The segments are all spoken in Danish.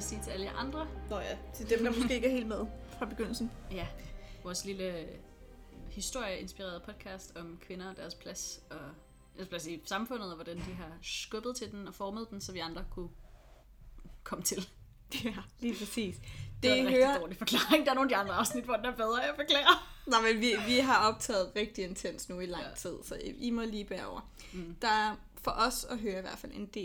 også sige til alle jer andre. Nå ja, til dem, der måske ikke er helt med fra begyndelsen. Ja, vores lille historieinspirerede podcast om kvinder og deres plads, og deres plads i samfundet, og hvordan de har skubbet til den og formet den, så vi andre kunne komme til. Ja, lige præcis. Det er en rigtig dårlig forklaring. Der er nogle af de andre afsnit, hvor den er bedre, jeg forklarer. Nå, men vi har optaget rigtig intens nu i lang tid, så I må lige bære over. Der er for os at høre i hvert fald en del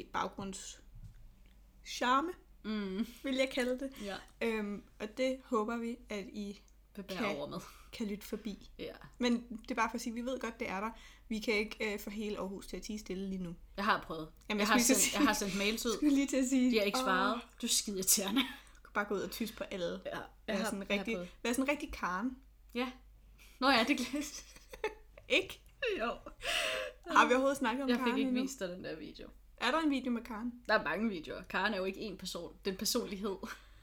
baggrundscharme, vil jeg kalde det. Ja. Og det håber vi, at I kan lytte forbi. Ja. Men det er bare for at sige, at vi ved godt, det er der. Vi kan ikke få hele Aarhus til at tie stille lige nu. Jeg har prøvet. Jamen, jeg har sendt mails ud. Lige til at sige, de har ikke svaret. Du er skide irriterende. Du kan bare gå ud og tysse på alle. Ja, Vær sådan en rigtig Karen. Ja. Nå ja, det glæder ikke? Jo. Har vi overhovedet snakket om Karen? Jeg fik ikke vist dig den der video. Er der en video med Karen? Der er mange videoer. Karen er jo ikke én person. Den personlighed.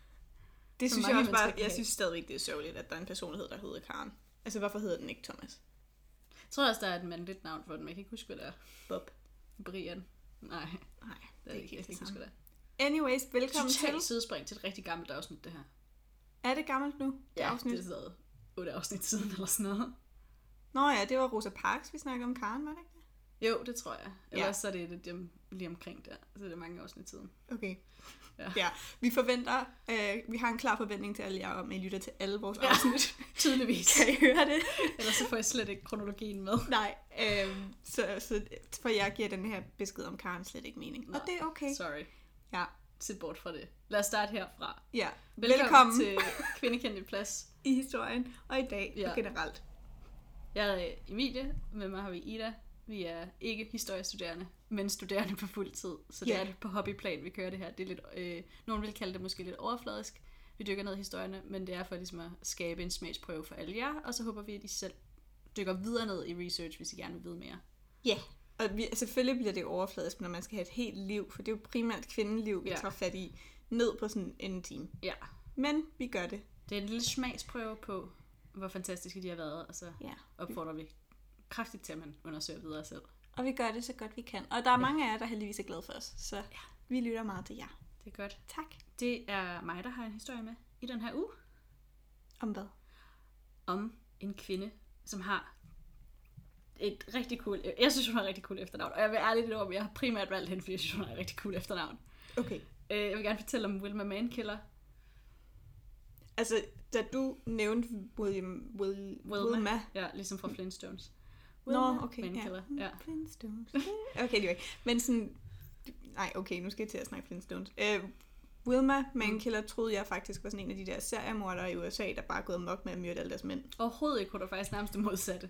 Det synes jeg også bare, jeg synes stadigvæk, det er sørgeligt, at der er en personlighed, der hedder Karen. Altså, hvorfor hedder den ikke Thomas? Jeg tror også, der er et mandligt navn for den, men jeg kan ikke huske, hvad det er. Bob. Brian. Nej, det er ikke jeg kan ikke huske, hvad det er. Anyways, velkommen til. Totalt sidespring til et rigtig gammelt afsnit, det her. Er det gammelt nu? Ja, det er sådan 8 afsnit siden eller sådan noget. Nå ja, det var Rosa Parks, vi snakkede om Karen, var det ikke det? Jo, det tror jeg. Ellers så er det lige omkring der. Så det er mange afsnit siden. Okay. Ja. Vi forventer, vi har en klar forventning til alle jer om, at I lytter til alle vores afsnit. Tydeligvis. Kan I høre det? Ellers så får jeg slet ikke kronologien med. Nej, så for jer giver den her besked om Karen slet ikke mening. Nå, og det er okay. Sorry. Ja. Se bort fra det. Lad os starte herfra. Ja. Velkommen til Kvindekendte Plads. I historien, og i dag og generelt. Jeg er Emilie, med mig har vi Ida. Vi er ikke historiestuderende, men studerende på fuld tid. Så det er på hobbyplan, vi kører det her. Det er lidt, nogen vil kalde det måske lidt overfladisk. Vi dykker ned i historierne, men det er for ligesom at skabe en smagsprøve for alle jer. Og så håber vi, at I selv dykker videre ned i research, hvis I gerne vil vide mere. Ja, og selvfølgelig bliver det overfladisk, når man skal have et helt liv. For det er jo primært kvindeliv, vi tager fat i ned på sådan en time. Ja. Men vi gør det. Det er en lille smagsprøve på, hvor fantastiske de har været. Og så opfordrer vi kraftigt til, at man undersøger videre selv. Og vi gør det så godt vi kan. Og der er mange af jer, der heldigvis er glade for os. Så vi lytter meget til jer. Det er godt. Tak. Det er mig, der har en historie med i den her uge. Om hvad? Om en kvinde, som har et rigtig cool... Jeg synes, hun har et rigtig cool efternavn. Og jeg vil ærligt lidt om, jeg har primært valgt hende, fordi jeg synes, hun har et rigtig cool efternavn. Okay. Jeg vil gerne fortælle om Wilma Mankiller. Altså, da du nævnte Wilma. Ja, ligesom fra Flintstones. Nå, okay. Mankiller. Ja. Flintstones. Okay, det var ikke. Men sådan... Nej, okay, nu skal jeg til at snakke Flintstones. Wilma Mankiller troede jeg faktisk var sådan en af de der seriemordere i USA, der bare er gået amok med at myrde alle deres mænd. Overhovedet ikke, hun er faktisk nærmest det modsatte.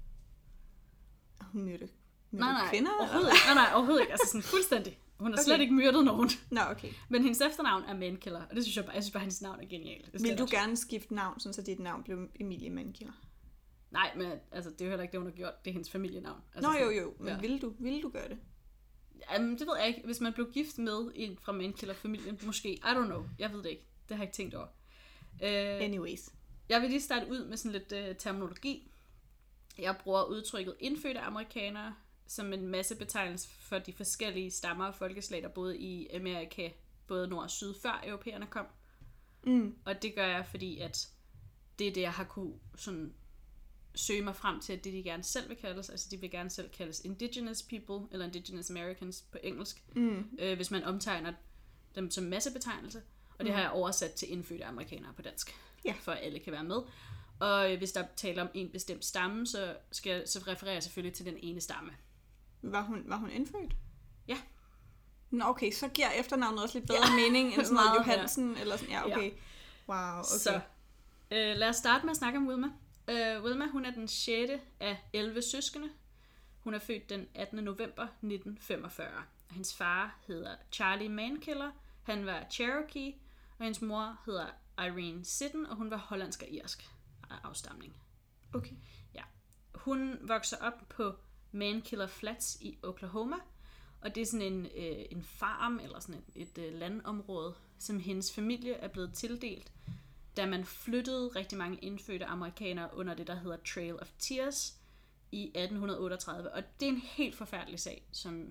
Hun myrde kvinder? Nej, overhovedet ikke. Altså sådan fuldstændig. Hun har slet ikke myrdet nogen. Nå, okay. Men hendes efternavn er Mankiller, og det synes jeg bare, hendes navn er genialt. Vil du gerne skifte navn, så dit navn blev Emilie Mankiller? Nej, men altså, det er jo heller ikke det, hun har gjort. Det er hendes familienavn. Altså, nå jo, men ville du gøre det? Jamen, det ved jeg ikke. Hvis man blev gift med en fra Mankiller-familien, måske. I don't know. Jeg ved det ikke. Det har jeg ikke tænkt over. Anyways. Jeg vil lige starte ud med sådan lidt terminologi. Jeg bruger udtrykket indfødte amerikanere som en masse betegnelse for de forskellige stammer og folkeslag, der boede i Amerika, både nord og syd, før europæerne kom. Og det gør jeg, fordi at det er det, jeg har kunne sådan søge mig frem til, at det de gerne selv vil kaldes, altså de vil gerne selv kaldes indigenous people, eller indigenous Americans på engelsk, hvis man omtegner dem som massebetegnelse, og det har jeg oversat til indfødte amerikanere på dansk, for at alle kan være med. Og hvis der taler om en bestemt stamme, så refererer jeg selvfølgelig til den ene stamme. Var hun indfødt? Ja. Nå, okay, så giver efternavnet også lidt bedre mening end sådan noget Johansen, eller sådan, okay. Wow, okay. Så lad os starte med at snakke om Wilma. Wilma, hun er den 6. af 11 søskende. Hun er født den 18. november 1945. Hendes far hedder Charlie Mankiller, han var Cherokee, og hendes mor hedder Irene Sitten, og hun var hollandsk og irsk afstamning. Okay. Ja. Hun vokser op på Mankiller Flats i Oklahoma, og det er sådan en farm, eller sådan et landområde, som hendes familie er blevet tildelt, da man flyttede rigtig mange indfødte amerikanere under det, der hedder Trail of Tears i 1838. Og det er en helt forfærdelig sag, som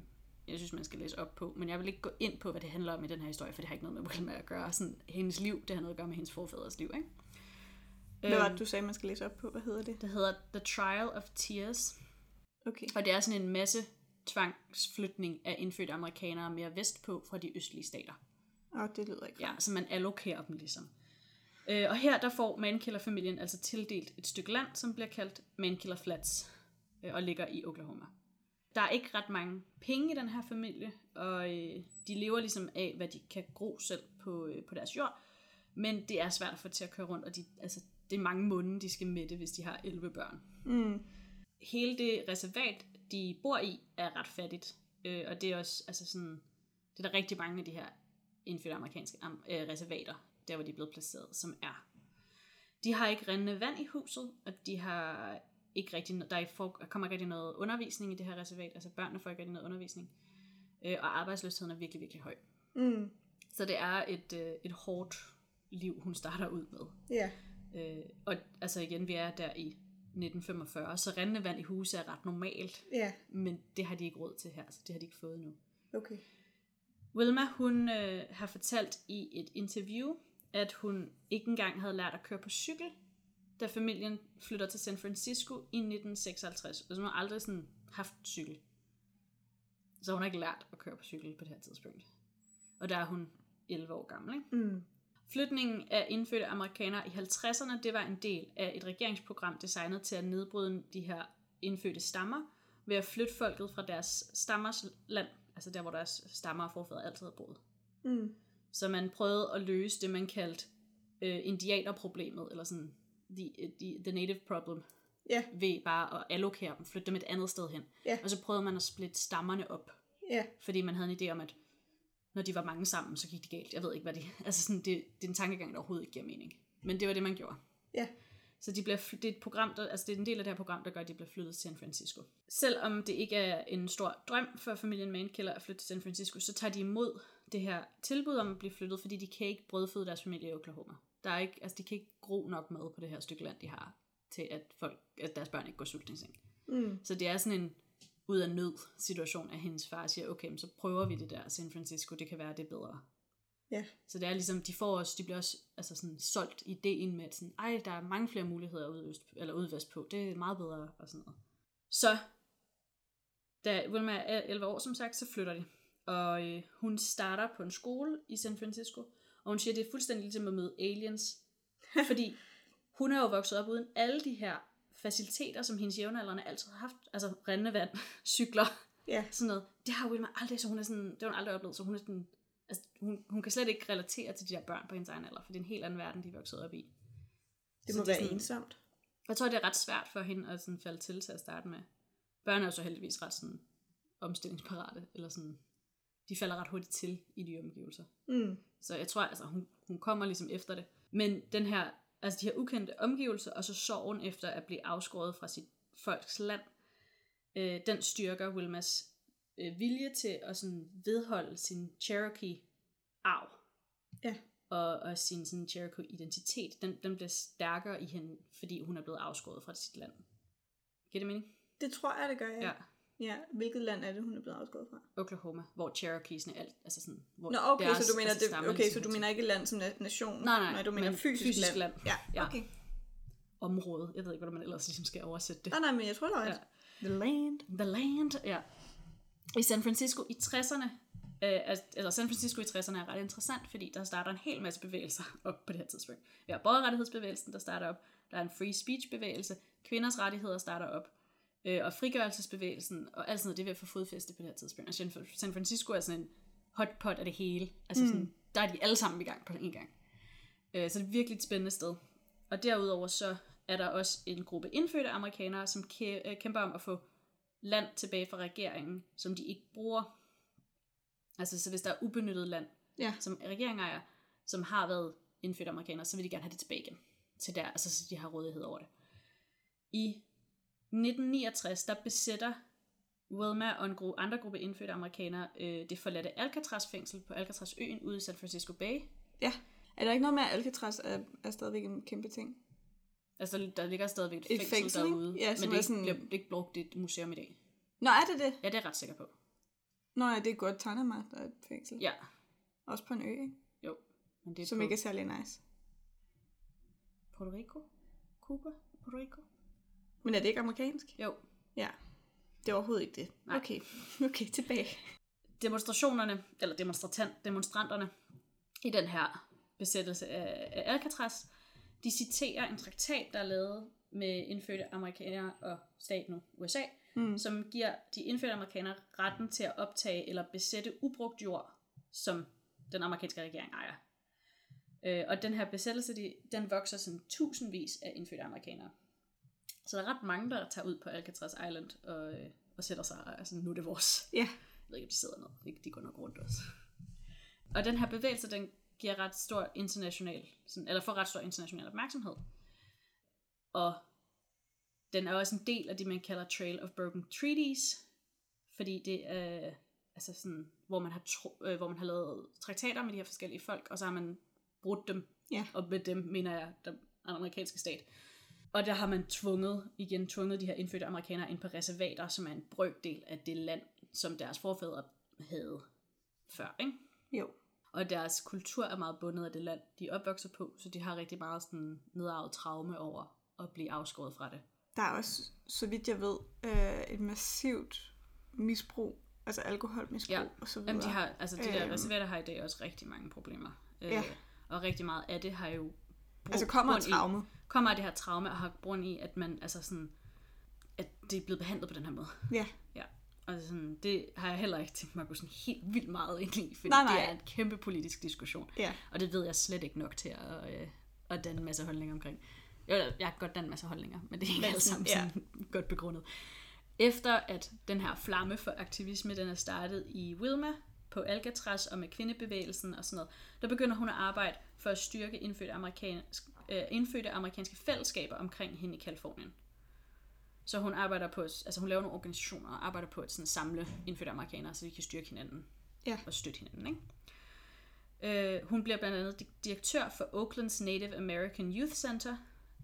jeg synes, man skal læse op på. Men jeg vil ikke gå ind på, hvad det handler om i den her historie, for det har ikke noget med Wilma at gøre. Sådan, hendes liv, det har noget at gøre med hendes forfædres liv, ikke? Hvad var det, du sagde, man skal læse op på? Hvad hedder det? Det hedder The Trial of Tears. Okay. Og det er sådan en masse tvangsflytning af indfødte amerikanere mere vestpå fra de østlige stater. Det lyder ikke. Ja, så man allokerer dem ligesom. Og her der får Mankiller-familien altså tildelt et stykke land, som bliver kaldt Mankiller Flats, og ligger i Oklahoma. Der er ikke ret mange penge i den her familie, og de lever ligesom af, hvad de kan gro selv på deres jord. Men det er svært at få til at køre rundt, og det er mange munde, de skal mætte, hvis de har 11 børn. Hele det reservat, de bor i, er ret fattigt. Og det er også sådan, det er der rigtig mange af de her indfødte amerikanske reservater, der hvor de er blevet placeret, som er. De har ikke rindende vand i huset, og de har ikke rigtig, kommer ikke rigtig noget undervisning i det her reservat, altså børnene får ikke rigtig noget undervisning, og arbejdsløsheden er virkelig, virkelig høj. Så det er et hårdt liv, hun starter ud med. Ja. Og altså igen, vi er der i 1945, så rindende vand i huset er ret normalt, men det har de ikke råd til her, så det har de ikke fået nu. Okay. Wilma, hun har fortalt i et interview, at hun ikke engang havde lært at køre på cykel, da familien flytter til San Francisco i 1956. Altså hun har aldrig sådan haft cykel. Så hun har ikke lært at køre på cykel på det her tidspunkt. Og der er hun 11 år gammel, ikke? Flytningen af indfødte amerikanere i 50'erne, det var en del af et regeringsprogram designet til at nedbryde de her indfødte stammer, ved at flytte folket fra deres stammers land, altså der, hvor deres stammer og forfædre altid har boet. Så man prøvede at løse det, man kaldte indianerproblemet, eller sådan the native problem, ved bare at allokere dem, flytte dem et andet sted hen. Og så prøvede man at splitte stammerne op, fordi man havde en idé om, at når de var mange sammen, så gik det galt. Jeg ved ikke, hvad det er. Altså sådan, det er en tankegang, der overhovedet ikke giver mening. Men det var det, man gjorde. Så det er et program, det er en del af det her program, der gør, at de bliver flyttet til San Francisco. Selvom det ikke er en stor drøm for familien Mankiller at flytte til San Francisco, så tager de imod det her tilbud om at blive flyttet, fordi de kan ikke brødføde deres familie i Oklahoma. De kan ikke gro nok mad på det her stykke land, de har, til at deres børn ikke går sultne i seng. Så det er sådan en ud af nød situation, at hendes far siger, okay, så prøver vi det der San Francisco, det kan være, det er bedre. Så det er ligesom, de bliver også altså sådan solgt ideen med, at sådan, der er mange flere muligheder ude vestpå, det er meget bedre og sådan noget. Så, da Wilma er 11 år, som sagt, så flytter de. Og hun starter på en skole i San Francisco, og hun siger, at det er fuldstændig ligesom at møde aliens, fordi hun er jo vokset op uden alle de her faciliteter, som hendes jævnaldrende altid har haft, altså rindende vand, cykler, sådan noget. Det har Wilma aldrig, så hun er sådan, det har hun aldrig oplevet, så hun er sådan, altså, hun kan slet ikke relatere til de der børn på hendes egen alder, for det er en helt anden verden, de er vokset op i. Det må være sådan, ensomt. Jeg tror, det er ret svært for hende at sådan falde til at starte med. Børn er jo så heldigvis ret sådan omstillingsparate, eller sådan, de falder ret hurtigt til i de omgivelser. Så jeg tror, altså, hun kommer ligesom efter det. Men den her, altså de her ukendte omgivelser, og så sorgen efter at blive afskåret fra sit folks land, den styrker Wilmas vilje til at sådan vedholde sin Cherokee-arv. Og sin sådan Cherokee-identitet, den bliver stærkere i hende, fordi hun er blevet afskåret fra sit land. Giver det mening? Det tror jeg, det gør, ja. Hvilket land er det, hun er blevet afskåret fra? Oklahoma, hvor Cherokees'ne er altså sådan, hvor okay, deres, så du mener altså det, okay, så du mener ikke land som nation? Nej, du mener fysisk land. Ja. Okay. Område. Jeg ved ikke, hvordan man ellers ligesom skal oversætte det. Nej, men jeg tror det var The land, ja. I San Francisco i 60'erne, eller San Francisco i 60'erne er ret interessant, fordi der starter en hel masse bevægelser op på det her tidspunkt. Vi har borgerrettighedsbevægelsen, der starter op. Der er en free speech bevægelse. Kvinders rettigheder starter op. Og frigørelsesbevægelsen, og alt sådan noget, det er ved at få fodfæste på det her tidspunkt. Og San Francisco er sådan en hotpot af det hele. Altså sådan, der er de alle sammen i gang på en gang. Så det er virkelig et spændende sted. Og derudover så er der også en gruppe indfødte amerikanere, som kæmper om at få land tilbage fra regeringen, som de ikke bruger. Altså så hvis der er ubenyttet land, som regeringen ejer, som har været indfødte amerikanere, så vil de gerne have det tilbage igen. Til der, altså så de har rådighed over det. I 1969, der besætter Wilma og en andre gruppe indfødte amerikanere det forladte Alcatraz-fængsel på Alcatraz-øen ude i San Francisco Bay. Ja. Er der ikke noget med, at Alcatraz er stadigvæk en kæmpe ting? Altså, der ligger stadigvæk et fængsel derude, men det bliver ikke brugt i et museum i dag. Nå, er det det? Ja, det er jeg ret sikker på. Nå ja, det er Guantanamo, der er et fængsel. Ja. Også på en ø, ikke? Jo. Men det er som ikke er særlig nice. Puerto Rico? Cuba? Puerto Rico? Men er det ikke amerikansk? Jo. Ja. Det er overhovedet ikke det. Nej. Okay, tilbage. Demonstranterne i den her besættelse af Alcatraz, de citerer en traktat, der er lavet med indfødte amerikanere og staten USA, som giver de indfødte amerikanere retten til at optage eller besætte ubrugt jord, som den amerikanske regering ejer. Og den her besættelse, den vokser sådan tusindvis af indfødte amerikanere. Så der er ret mange, der tager ud på Alcatraz Island og sætter sig, altså nu er det vores. Ja. Jeg ved ikke, om de sidder ned. De går nok rundt også. Og den her bevægelse, den giver ret stor international, eller får ret stor international opmærksomhed. Og den er også en del af det, man kalder Trail of Broken Treaties, fordi det er altså sådan, hvor man har lavet traktater med de her forskellige folk, og så har man brudt dem, og med dem mener jeg den amerikanske stat. Og der har man tvunget de her indfødte amerikanere ind på reservater, som er en brøkdel af det land, som deres forfædre havde før, ikke? Jo. Og deres kultur er meget bundet af det land, de er opvokset på, så de har rigtig meget sådan nedarvet traume over at blive afskåret fra det. Der er også, så vidt jeg ved, et massivt misbrug, altså alkoholmisbrug og så videre. Jamen, de der reservater har i dag også rigtig mange problemer. Og rigtig meget af det har jo kommer af det her traume og har grund i, at man altså sådan, at det er blevet behandlet på den her måde. Ja. Og sådan, det har jeg heller ikke tænkt mig at gå sådan helt vildt meget ind i, fordi det er en kæmpe politisk diskussion. Ja. Og det ved jeg slet ikke nok til at danne en masse holdninger omkring. Jeg kan godt danne en masse holdninger, men det er ikke alle sammen sådan godt begrundet. Efter at den her flamme for aktivisme, den er startet i Wilma på Alcatraz og med kvindebevægelsen og sådan noget, der begynder hun at arbejde for at styrke indfødte amerikanske fællesskaber omkring hende i Kalifornien. Så hun arbejder på, altså hun laver nogle organisationer og arbejder på at sådan samle indfødte amerikanere, så de kan styrke hinanden og støtte hinanden, ikke? Hun bliver blandt andet direktør for Oaklands Native American Youth Center,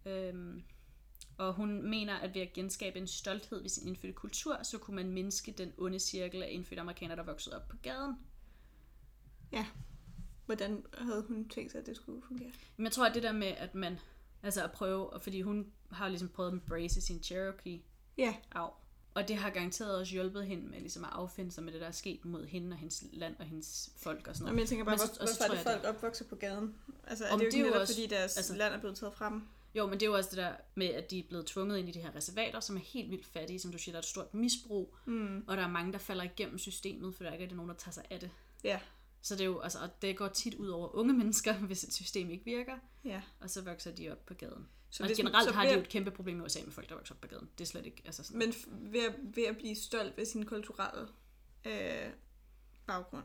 og hun mener, at ved at genskabe en stolthed ved sin indfødte kultur, så kunne man mindske den onde cirkel af indfødte amerikanere, der voksede op på gaden. Ja. Hvordan havde hun tænkt sig, at det skulle fungere? Men jeg tror, at det der med, at man altså at prøve, fordi hun har ligesom prøvet at embrace sin Cherokee af. Og det har garanteret også hjulpet hende med ligesom at affinde sig med det, der er sket mod hende og hendes land og hendes folk og sådan noget. Men jeg tænker bare, hvorfor er det folk opvokset på gaden? Altså er det jo ikke netop, fordi deres land er blevet taget frem? Jo, men det er jo også det der med, at de er blevet tvunget ind i de her reservater, som er helt vildt fattige, som du siger, der er et stort misbrug, og der er mange, der falder igennem systemet, for der ikke er nogen, der tager sig af det. Ja. Så det er jo, altså, det går tit ud over unge mennesker, hvis et system ikke virker, og så vokser de op på gaden. Så og generelt har de jo et kæmpe problem i USA med folk, der vokser op på gaden. Det er slet ikke, altså sådan. Men ved at blive stolt ved sin kulturelle baggrund,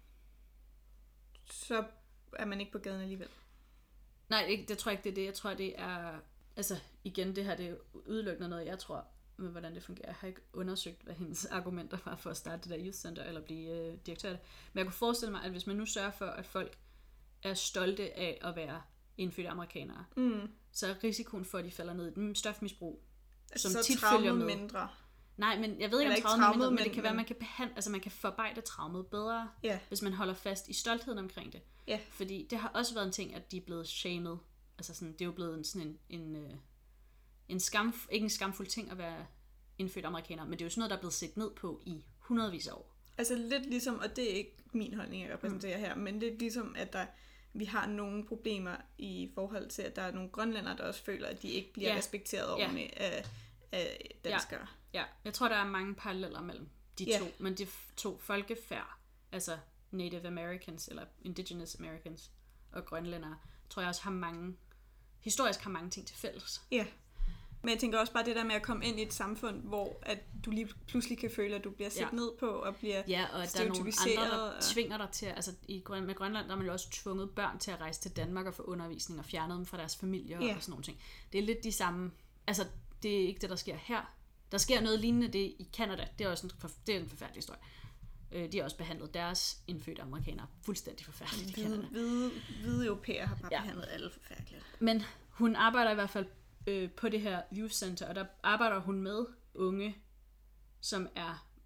så er man ikke på gaden alligevel. Nej, det tror jeg ikke, det er det. Jeg tror, det er, altså igen, det her, det er udelukkende noget, jeg tror, med hvordan det fungerer. Jeg har ikke undersøgt, hvad hendes argumenter var for at starte det der youth center, eller blive direktør. Men jeg kunne forestille mig, at hvis man nu sørger for, at folk er stolte af at være indfødte amerikanere, så er risikoen for, at de falder ned i et stofmisbrug, altså, som så tit følger med. Mindre. Nej, men jeg ved ikke, om traumet er mindre, men det kan være, at man kan man kan forarbejde traumet bedre, hvis man holder fast i stoltheden omkring det. Ja. Fordi det har også været en ting, at de er blevet shamed. Altså sådan, det er jo blevet sådan en ikke en skamfuld ting at være indfødt amerikaner, men det er jo sådan noget, der er blevet set ned på i hundredvis af år. Altså lidt ligesom, og det er ikke min holdning, jeg repræsenterer her, men lidt ligesom, at vi har nogle problemer i forhold til, at der er nogle grønlændere, der også føler, at de ikke bliver respekteret ordentligt af danskere. Ja, jeg tror, der er mange paralleller mellem de to, men de to folkefærd, altså Native Americans eller Indigenous Americans og grønlændere, tror jeg også historisk har mange ting til fælles. Ja, men jeg tænker også bare det der med at komme ind i et samfund, hvor at du lige pludselig kan føle, at du bliver set ned på og bliver og at der er nogle andre, der tvinger dig til, altså med Grønland, der er man jo også tvunget børn til at rejse til Danmark og få undervisning og fjerne dem fra deres familier og sådan nogle ting. Det er lidt de samme, altså det er ikke det, der sker her. Der sker noget lignende det i Canada. Det er også en forfærdelig historie. De har også behandlet deres indfødte amerikanere fuldstændig forfærdeligt i Canada. Hvide europæere har bare behandlet alle forfærdeligt. Men hun arbejder i hvert fald på det her youth center, og der arbejder hun med unge, som er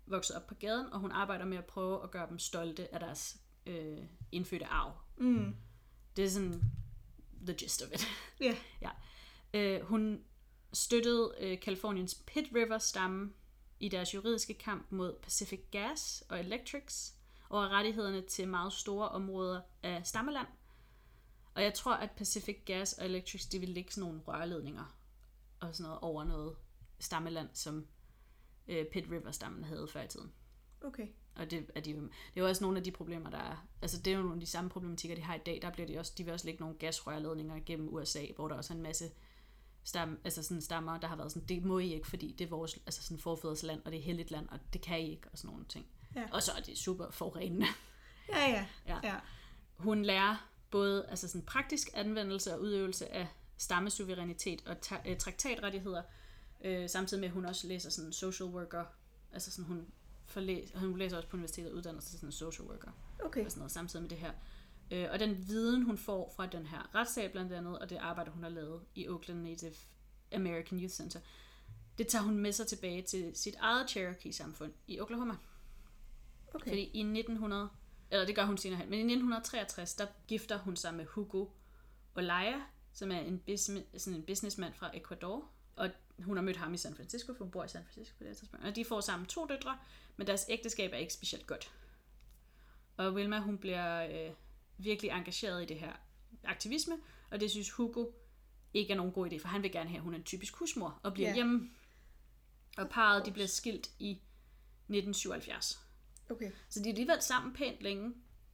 vokset op på gaden, og hun arbejder med at prøve at gøre dem stolte af deres indfødte arv. Det er sådan the gist of it. Yeah. Ja. Hun støttede Californiens Pitt River-stamme i deres juridiske kamp mod Pacific Gas og Electrics og rettighederne til meget store områder af stammeland. Og jeg tror, at Pacific Gas og Electrics, de vil lægge sådan nogle rørledninger og sådan noget over noget stammeland, som Pitt River-stammen havde før i tiden. Okay. Og det er jo også nogle af de problemer, der er. Altså det er jo nogle af de samme problematikker, de har i dag. Der bliver de vil også lægge nogle gasrørledninger gennem USA, hvor der også er en masse stammer, der har været sådan, det må I ikke, fordi det er vores sådan forfædres land, og det er helligt land, og det kan I ikke, og sådan nogle ting. Ja. Og så er det super forurenende. Ja. Hun lærer både sådan praktisk anvendelse og udøvelse af stammesuverænitet og traktatrettigheder, samtidig med, at hun også læser sådan social worker, altså sådan hun læser også på universitetet og uddanner sig til sådan en social worker. Okay. Og sådan noget, samtidig med det her. Og den viden, hun får fra den her retssag blandt andet, og det arbejde, hun har lavet i Oakland Native American Youth Center, det tager hun med sig tilbage til sit eget Cherokee-samfund i Oklahoma. Okay. Fordi det gør hun senere hen, men i 1963, der gifter hun sig med Hugo Olaya, som er en businessmand fra Ecuador, og hun har mødt ham i San Francisco, for hun bor i San Francisco på det tidspunkt. Og de får sammen 2 døtre, men deres ægteskab er ikke specielt godt. Og Wilma, hun bliver virkelig engageret i det her aktivisme, og det synes Hugo ikke er nogen god idé, for han vil gerne have, at hun er en typisk husmor, og bliver hjemme. Og parret, de bliver skilt i 1977. Okay. Så de er alligevel sammen pænt længe,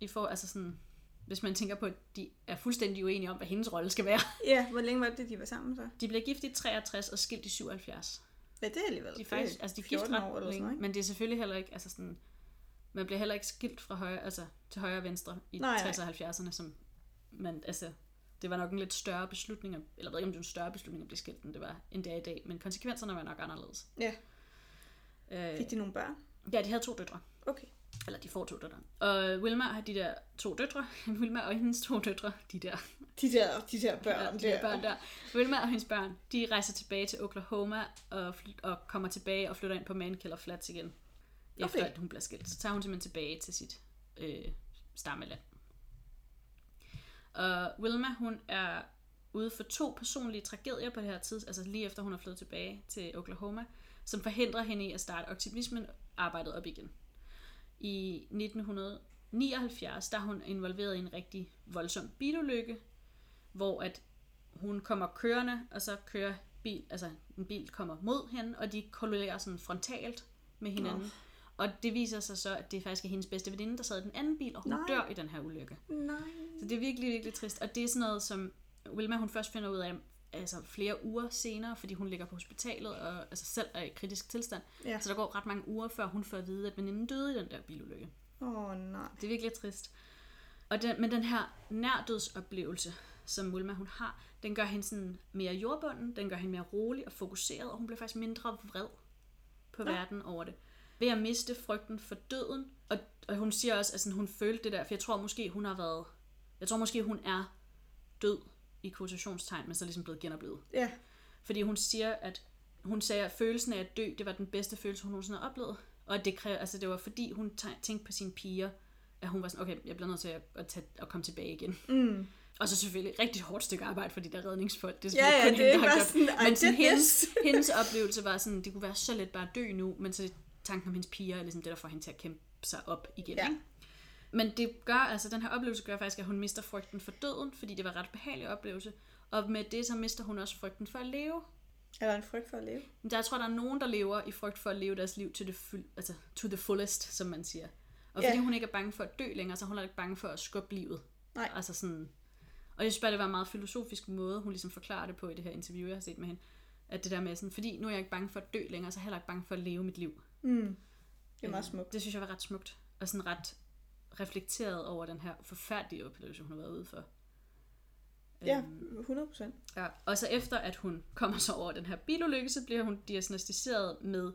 hvis man tænker på, at de er fuldstændig uenige om, hvad hendes rolle skal være. Ja, hvor længe var det, de var sammen så? De blev gift i 63 og skilt i 77. Ja, det er alligevel. De er faktisk, de er gift ret længe, men det er selvfølgelig heller ikke, man bliver heller ikke skilt fra højre, til højre og venstre i 60'erne og 70'erne, som man, det var nok en lidt større beslutning, eller jeg ved ikke, om det var en større beslutning at blive skilt, end det var end det er i dag, men konsekvenserne var nok anderledes. Ja. Fik de nogle børn? Ja, de havde 2 døtre. Okay. Eller de får 2 døtre. Og Wilma har de der 2 døtre. Wilma og hendes 2 døtre, de der børn. De der børn der. Wilma og hendes børn, de rejser tilbage til Oklahoma og kommer tilbage og flytter ind på Mankiller Flats igen. Efter at hun bliver skilt. Så tager hun simpelthen tilbage til sit stammeland. Og Wilma, hun er ude for 2 personlige tragedier på det her tidspunkt, lige efter hun er flyttet tilbage til Oklahoma, som forhindrer hende i at starte aktivismen arbejdet op igen. I 1979, der er hun involveret i en rigtig voldsom bilulykke, hvor at hun kommer kørende, og så kører en bil kommer mod hende, og de kolliderer sådan frontalt med hinanden. Og det viser sig så, at det faktisk er hendes bedste veninde, der sad i den anden bil, og hun dør i den her ulykke. Nej. Så det er virkelig, virkelig trist. Og det er sådan noget, som Wilma, hun først finder ud af flere uger senere, fordi hun ligger på hospitalet og selv er i kritisk tilstand. Ja. Så der går ret mange uger, før hun får at vide, at veninden døde i den der bilulykke. Nej. Det er virkelig trist. Men den her nærdødsoplevelse, som Wilma hun har, den gør hende sådan mere jordbunden, den gør hende mere rolig og fokuseret, og hun bliver faktisk mindre vred på verden over det. Ved at miste frygten for døden, og hun siger også, at hun følte det der, for jeg tror måske hun er død i quotationstegn, men så ligesom blevet genoplevet. Ja. Fordi hun siger, hun sagde, at følelsen af at dø, det var den bedste følelse, hun nogensinde har oplevet. Og det var fordi, hun tænkte på sine piger, at hun var sådan, okay, jeg bliver nødt til at komme tilbage igen. Mm. Og så selvfølgelig rigtig hårdt stykke arbejde for de der redningsfolk. Det er kun hende, der har gjort. Men hendes oplevelse var sådan, det kunne være så let bare at dø nu, men så tanken om hendes piger er ligesom det, der får hende til at kæmpe sig op igen. Ja. Men det gør, den her oplevelse gør faktisk, at hun mister frygten for døden, fordi det var en ret behagelig oplevelse. Og med det, så mister hun også frygten for at leve. Er der en frygt for at leve? Jeg tror, der er nogen, der lever i frygt for at leve deres liv to the fullest, som man siger. Og fordi hun ikke er bange for at dø længere, så hun er ikke bange for at skubbe livet. Nej. Og jeg synes bare, det var en meget filosofisk måde, hun ligesom forklarer det på i det her interview, jeg har set med hende. At det der med sådan, fordi nu er jeg ikke bange for at dø længere, så er jeg heller ikke bange for at leve mit liv. Mm. Det er meget smukt. Det synes jeg var ret smukt. Og sådan ret reflekteret over den her forfærdelige oplevelse, hun har været ude for. Ja, 100%. Ja. Og så efter, at hun kommer så over den her bilulykke, så bliver hun diagnosticeret med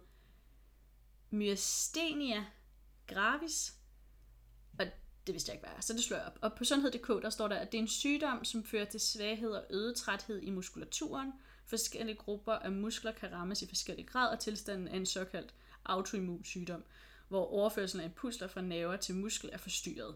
myasthenia gravis. Og det vidste jeg ikke, hvad er. Så det slår jeg op. Og på sundhed.dk, der står der, at det er en sygdom, som fører til svaghed og øget træthed i muskulaturen. Forskellige grupper af muskler kan rammes i forskellig grad, og tilstanden er en såkaldt autoimmun sygdom. hvor overførselen af impulser fra nerver til muskel er forstyrret.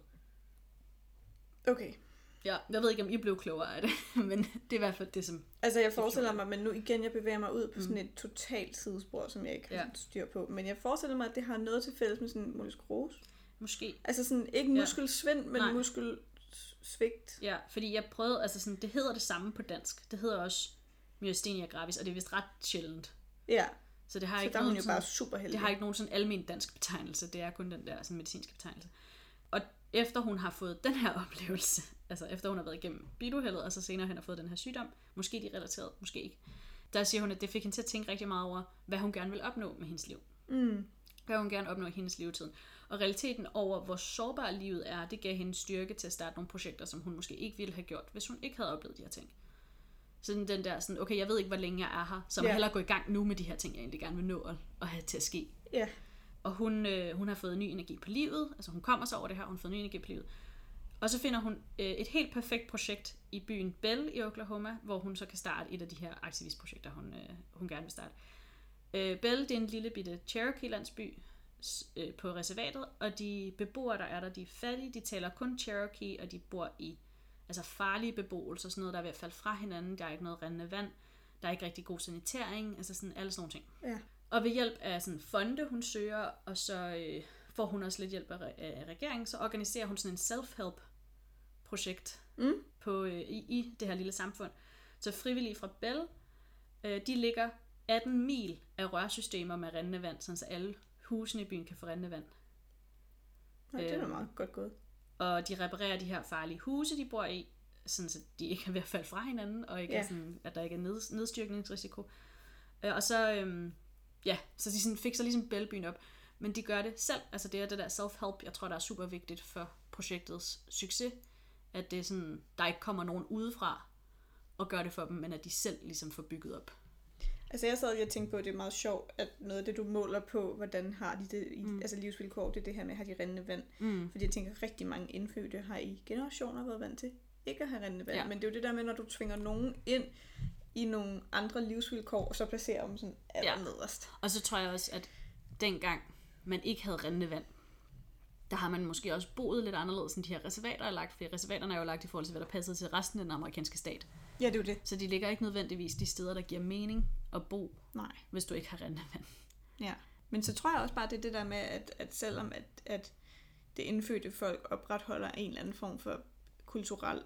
Okay. Ja, jeg ved ikke, om I blev klogere af det, men det er i hvert fald det, som... Altså, jeg forestiller mig, men nu igen, jeg bevæger mig ud på sådan et totalt sidespor, som jeg ikke har styr på. Men jeg forestiller mig, at det har noget til fælles med sådan muskelsklerose. Måske. Altså sådan, ikke muskelsvind, men muskelsvigt. Ja, fordi jeg prøvede, altså sådan, det hedder det samme på dansk. Det hedder også myasthenia gravis, og det er vist ret sjældent. Ja. Så det har ikke der er hun jo bare super heldig. Det har ikke nogen sådan almen dansk betegnelse. Det er kun den der sådan medicinske betegnelse. Og efter hun har fået den her oplevelse, altså efter hun har været igennem biluheldet, og så senere hen har fået den her sygdom, måske de er relateret, måske ikke, der siger hun, at det fik hende til at tænke rigtig meget over, hvad hun gerne vil opnå med hendes liv. Hvad hun gerne opnå i hendes levetid. Og realiteten over, hvor sårbar livet er, det gav hende styrke til at starte nogle projekter, som hun måske ikke ville have gjort, hvis hun ikke havde oplevet de her ting. Sådan den der, sådan, okay, jeg ved ikke, hvor længe jeg er her, så må hellere gå i gang nu med de her ting, jeg egentlig gerne vil nå at have til at ske. Ja. Og hun har fået ny energi på livet, altså hun kommer så over det her, hun har fået ny energi på livet. Og så finder hun et helt perfekt projekt i byen Bell i Oklahoma, hvor hun så kan starte et af de her aktivistprojekter, hun gerne vil starte. Bell, det er en lille bitte Cherokee-landsby på reservatet, og de beboere, der er der, de er fattige, de taler kun Cherokee, og de bor i altså farlige beboelser, sådan noget, der er ved at falde fra hinanden, der er ikke noget rindende vand, der er ikke rigtig god sanitering, altså sådan alle sådan nogle ting. Ja. Og ved hjælp af sådan fonde, hun søger, og så får hun også lidt hjælp af regeringen, så organiserer hun sådan en self-help projekt i det her lille samfund. Så frivillige fra Bell, de ligger 18 mil af rørsystemer med rindende vand, så alle husene i byen kan få rindende vand. Ja, det er meget godt gået. Og de reparerer de her farlige huse, de bor i, sådan så de ikke er ved at falde fra hinanden, og ikke er sådan, at der ikke er nedstyrkningsrisiko. Og så, så de sådan fikser ligesom Bellbyen op. Men de gør det selv. Altså det er det der self-help, jeg tror, der er super vigtigt for projektets succes. At det er sådan, der ikke kommer nogen udefra og gør det for dem, men at de selv ligesom får bygget op. Altså jeg sad lige og tænkte på, at det er meget sjovt, at noget af det, du måler på, hvordan har de det, altså livsvilkår, det er det her med, at har de rindende vand. Fordi jeg tænker, at rigtig mange indfødte har i generationer været vant til ikke at have rindende vand. Ja. Men det er jo det der med, når du tvinger nogen ind i nogle andre livsvilkår, og så placerer dem sådan allernederst. Og så tror jeg også, at dengang man ikke havde rindende vand, der har man måske også boet lidt anderledes, end de her reservater er lagt, fordi reservaterne er jo lagt i forhold til, hvad der passede til resten af den amerikanske stat. Ja, det er jo det. Så de ligger ikke nødvendigvis de steder, der giver mening at bo, hvis du ikke har rindende vand. Ja, men så tror jeg også bare, det er det der med, at selvom at det indfødte folk opretholder en eller anden form for kulturel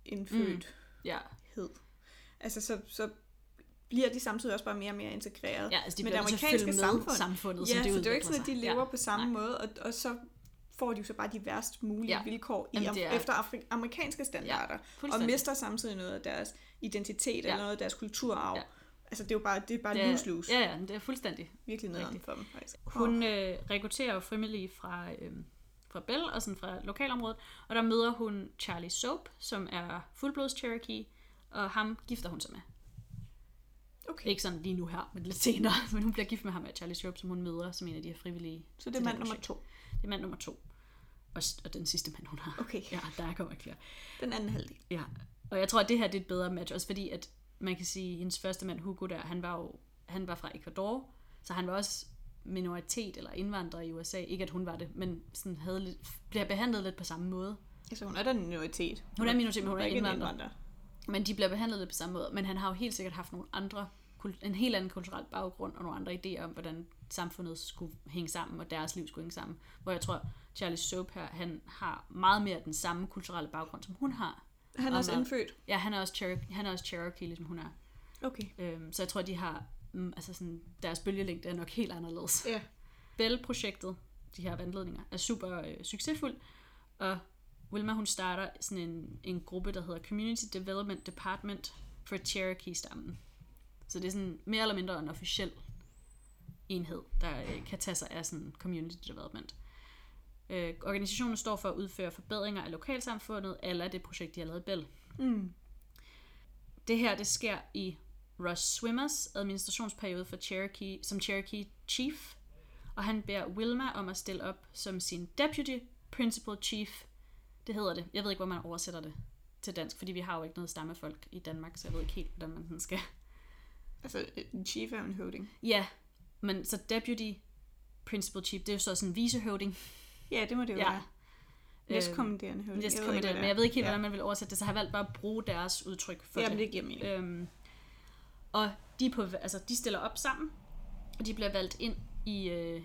indfødthed, altså så bliver de samtidig også bare mere og mere integreret med det amerikanske samfundet. Ja, så det er jo ikke sådan, at de lever på samme måde, og så får de jo så bare de værst mulige vilkår efter amerikanske standarder, og mister samtidig noget af deres identitet eller noget af deres kulturarv. Ja. Altså det er jo bare lose-lose. Ja, det er fuldstændig virkelig noget for dem, faktisk. Hun rekrutterer jo frivillige fra Bell og sådan fra lokalområdet, og der møder hun Charlie Soap, som er fuldblods Cherokee, og ham gifter hun sig med. Okay. Ikke sådan lige nu her, men lidt senere, men hun bliver gift med ham af Charlie Soap, som hun møder som en af de her frivillige. Så det er mand nummer 2? Det er mand nummer 2. Og den sidste mand, hun har. Okay. Ja, der kommer ikke flere. Den anden halvdel. Ja, og jeg tror, at det her det er et bedre match, også fordi, at man kan sige, at hendes første mand, Hugo der, han var fra Ecuador, så han var også minoritet eller indvandrer i USA. Ikke at hun var det, men sådan bliver behandlet lidt på samme måde. Altså hun er da en minoritet. Hun er en minoritet, men hun er indvandrer. Men de bliver behandlet lidt på samme måde. Men han har jo helt sikkert haft en helt anden kulturel baggrund og nogle andre idéer om, hvordan samfundet skulle hænge sammen, og deres liv skulle hænge sammen. Hvor jeg tror, Charlie Soap her, han har meget mere den samme kulturelle baggrund, som hun har. Han er også indfødt? Ja, han er også Cherokee, ligesom hun er. Okay. Så jeg tror, de har, altså sådan, deres bølgelængde er nok helt anderledes. Ja. Bell-projektet, de her vandledninger, er super succesfuld, og Wilma, hun starter sådan en gruppe, der hedder Community Development Department for Cherokee-stammen. Så det er sådan mere eller mindre en officiel enhed, der kan tage sig af sådan community development. Organisationen står for at udføre forbedringer af lokalsamfundet, eller det projekt, de har lavet i Bell. Det her, det sker i Russ Swimmers administrationsperiode for Cherokee, som Cherokee Chief, og han beder Wilma om at stille op som sin Deputy Principal Chief. Det hedder det. Jeg ved ikke, hvor man oversætter det til dansk, fordi vi har jo ikke noget stammefolk i Danmark, så jeg ved ikke helt, hvordan man skal. Altså, en chief er en høvding. Ja, men så deputy principal chief, det er jo så sådan en vicehøvding. Ja, det må det jo være. Næstkommanderende høvding. Næstkommanderende, men jeg ved ikke helt, hvordan man vil oversætte det, så har jeg valgt bare at bruge deres udtryk for det. Jamen, det giver mening. Og de stiller op sammen, og de bliver valgt ind i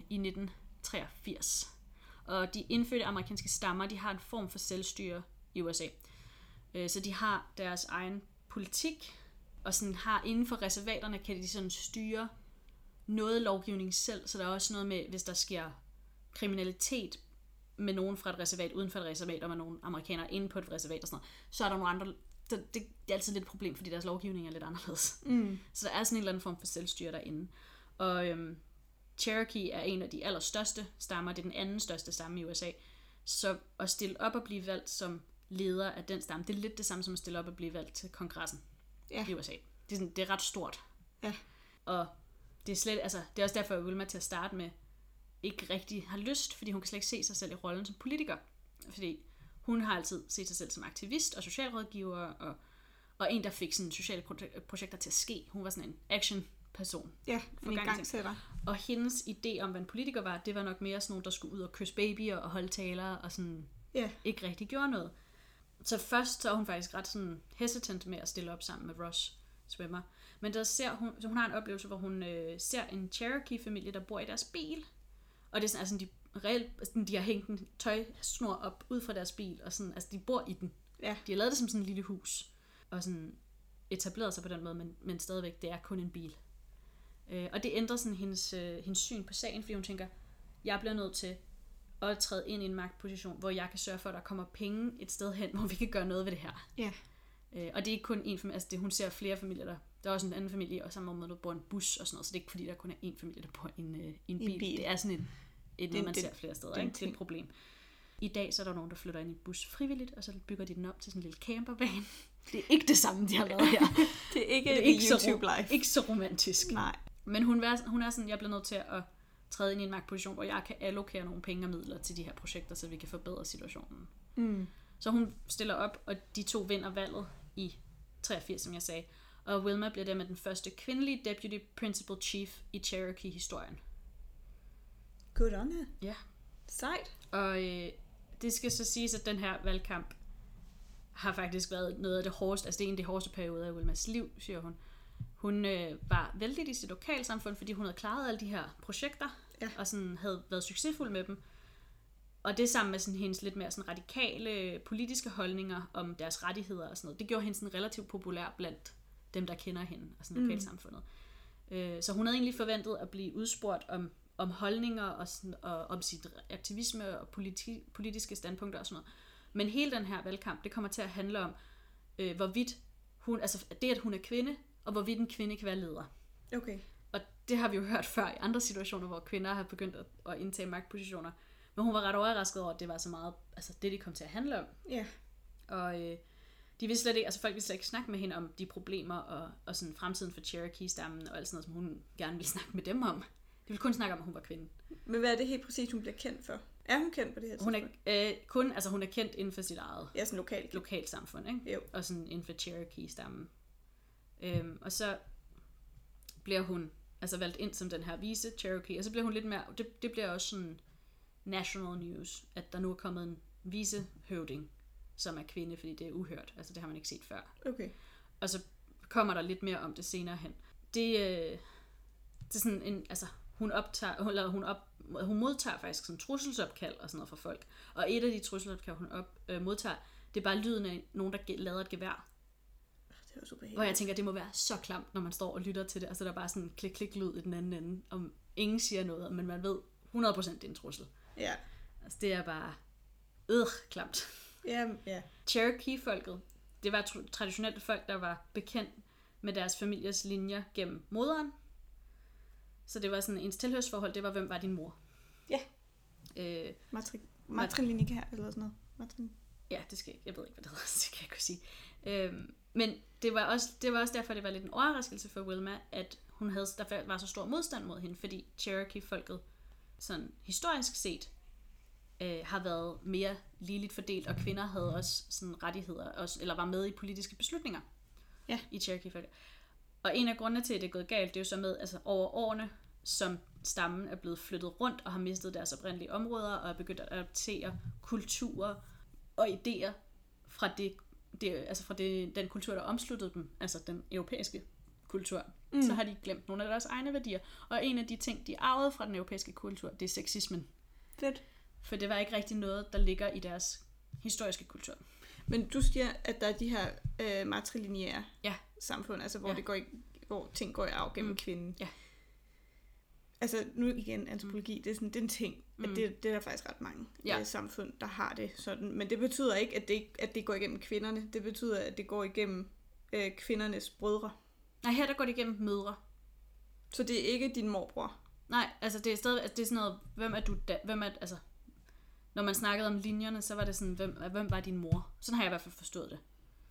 1983. Og de indfødte amerikanske stammer, de har en form for selvstyre i USA. Så de har deres egen politik, og sådan har inden for reservaterne, kan de sådan styre noget lovgivning selv. Så der er også noget med, hvis der sker kriminalitet med nogen fra et reservat, uden for et reservat, og med nogle amerikanere inde på et reservat og sådan noget, så er der nogle andre. Det er altid lidt et problem, fordi deres lovgivning er lidt anderledes. Så der er sådan en eller anden form for selvstyre derinde. Og Cherokee er en af de allerstørste stammer, det er den anden største stamme i USA. Så at stille op og blive valgt som leder af den stamme, det er lidt det samme som at stille op og blive valgt til kongressen i USA. Det er ret stort. Ja. Og det er slet, altså, det er også derfor, at Wilma til at starte med ikke rigtig har lyst, fordi hun kan slet ikke se sig selv i rollen som politiker. Fordi hun har altid set sig selv som aktivist og socialrådgiver, og en, der fik sådan sociale projekter til at ske. Hun var sådan en action-person. Ja, en igangsætter. Og hendes idé om, hvad en politiker var, det var nok mere sådan nogen, der skulle ud og kysse babyer og holde taler, og sådan ikke rigtig gjorde noget. Så først så er hun faktisk ret sådan hesitant med at stille op sammen med Ross Swimmer. Men der ser hun har en oplevelse, hvor hun ser en Cherokee-familie, der bor i deres bil. Og det er sådan, altså de har hængt en tøjsnor op ud fra deres bil, og sådan, altså de bor i den. Ja. De har lavet det som sådan et lille hus, og sådan etableret sig på den måde, men stadigvæk, det er kun en bil. Og det ændrer sådan hendes syn på sagen, fordi hun tænker, jeg bliver nødt til at træde ind i en magtposition, hvor jeg kan sørge for, at der kommer penge et sted hen, hvor vi kan gøre noget ved det her. Ja. Og det er ikke kun en familie, altså hun ser flere familier, der er også en anden familie, og samme måde, der bor en bus og sådan noget, så det er ikke fordi, der kun er en familie, der bor i en bil. Det er sådan noget, man ser flere steder, ikke? Det er et problem. I dag så er der nogen, der flytter ind i en bus frivilligt, og så bygger de den op til sådan en lille campervan. Det er ikke det samme, de har lavet her. Det er ikke YouTube-life. Ikke så romantisk. Nej. Men hun er sådan, jeg bliver nødt til at træde ind i en magtposition, hvor jeg kan allokere nogle penge og midler til de her projekter, så vi kan forbedre situationen. Så hun stiller op, og de to vinder valget i 83, som jeg sagde. Og Wilma bliver dermed den første kvindelige deputy principal chief i Cherokee-historien. Good on her. Ja. Sejt. Og det skal så siges, at den her valgkamp har faktisk været noget af det hårdeste, altså det er en af de hårdeste perioder af Wilmas liv, siger hun. Hun var vældig i sit lokalsamfund, fordi hun havde klaret alle de her projekter, og sådan havde været succesfuld med dem. Og det sammen med sådan hendes lidt mere sådan radikale politiske holdninger om deres rettigheder og sådan noget, det gjorde hende sådan relativt populær blandt dem, der kender hende og sådan lokalsamfundet. Så hun havde egentlig forventet at blive udspurgt om holdninger og om sit aktivisme og politiske standpunkter og sådan noget. Men hele den her valgkamp, det kommer til at handle om, hvorvidt hun, altså det, at hun er kvinde, og hvorvidt en kvinde kan være leder. Okay. Og det har vi jo hørt før i andre situationer, hvor kvinder har begyndt at indtage magtpositioner. Men hun var ret overrasket over, at det var så meget, altså det, de kom til at handle om. Ja. Og de vidste slet ikke, altså folk ville slet ikke snakke med hende om de problemer og sådan fremtiden for Cherokee-stammen og alt sådan noget, som hun gerne ville snakke med dem om. De ville kun snakke om, at hun var kvinde. Men hvad er det helt præcis, hun bliver kendt for? Er hun kendt på det her tidspunkt? Hun er kendt inden for sit eget sådan lokalt samfund, ikke? Jo. Og sådan inden for Cherokee-stammen. Og så bliver hun altså valgt ind som den her vice Cherokee, og så bliver hun lidt mere, det bliver også sådan national news, at der nu er kommet en vicehøvding, som er kvinde, fordi det er uhørt. Altså det har man ikke set før. Okay. Og så kommer der lidt mere om det senere hen. Det er sådan en, altså hun modtager faktisk sådan trusselsopkald og sådan noget fra folk. Og et af de trusselsopkald, hun modtager, det er bare lyden af nogen, der lader et gevær. Det var super. Hvor jeg tænker, det må være så klamt, når man står og lytter til det. Altså der er bare sådan en klik-klik-lyd i den anden ende, om ingen siger noget, men man ved 100% det er en trussel. Ja. Altså det er bare klamt. Ja. Cherokee-folket, det var traditionelt folk, der var bekendt med deres familiers linjer gennem moderen. Så det var sådan ens tilhørsforhold, det var, hvem var din mor? Ja. Matrilinje her, eller sådan noget. Ja, det skal jeg ved ikke, hvad det hedder, det kan jeg ikke sige. Men det var også derfor, det var lidt en overraskelse for Wilma, at der var så stor modstand mod hende, fordi Cherokee-folket sådan historisk set har været mere ligeligt fordelt, og kvinder havde også sådan rettigheder, eller var med i politiske beslutninger i Cherokee-folket. Og en af grundene til, at det er gået galt, det er jo så med, altså over årene, som stammen er blevet flyttet rundt og har mistet deres oprindelige områder og er begyndt at adoptere kulturer og idéer fra den kultur, der omsluttede dem, altså den europæiske kultur. Så har de glemt nogle af deres egne værdier. Og en af de ting, de arvede fra den europæiske kultur, det er sexismen. Fedt. For det var ikke rigtig noget, der ligger i deres historiske kultur. Men du siger, at der er de her matrilineære samfund, altså hvor ting går i arv gennem kvinden. Ja. Altså nu igen, antropologi, det er sådan en ting, at det er der faktisk ret mange samfund, der har det sådan. Men det betyder ikke, at det går igennem kvinderne. Det betyder, at det går igennem kvindernes brødre. Nej, her der går det igennem mødre. Så det er ikke din morbror? Nej, altså det er stadig, det er sådan noget, altså når man snakkede om linjerne, så var det sådan, hvem var din mor? Sådan har jeg i hvert fald forstået det.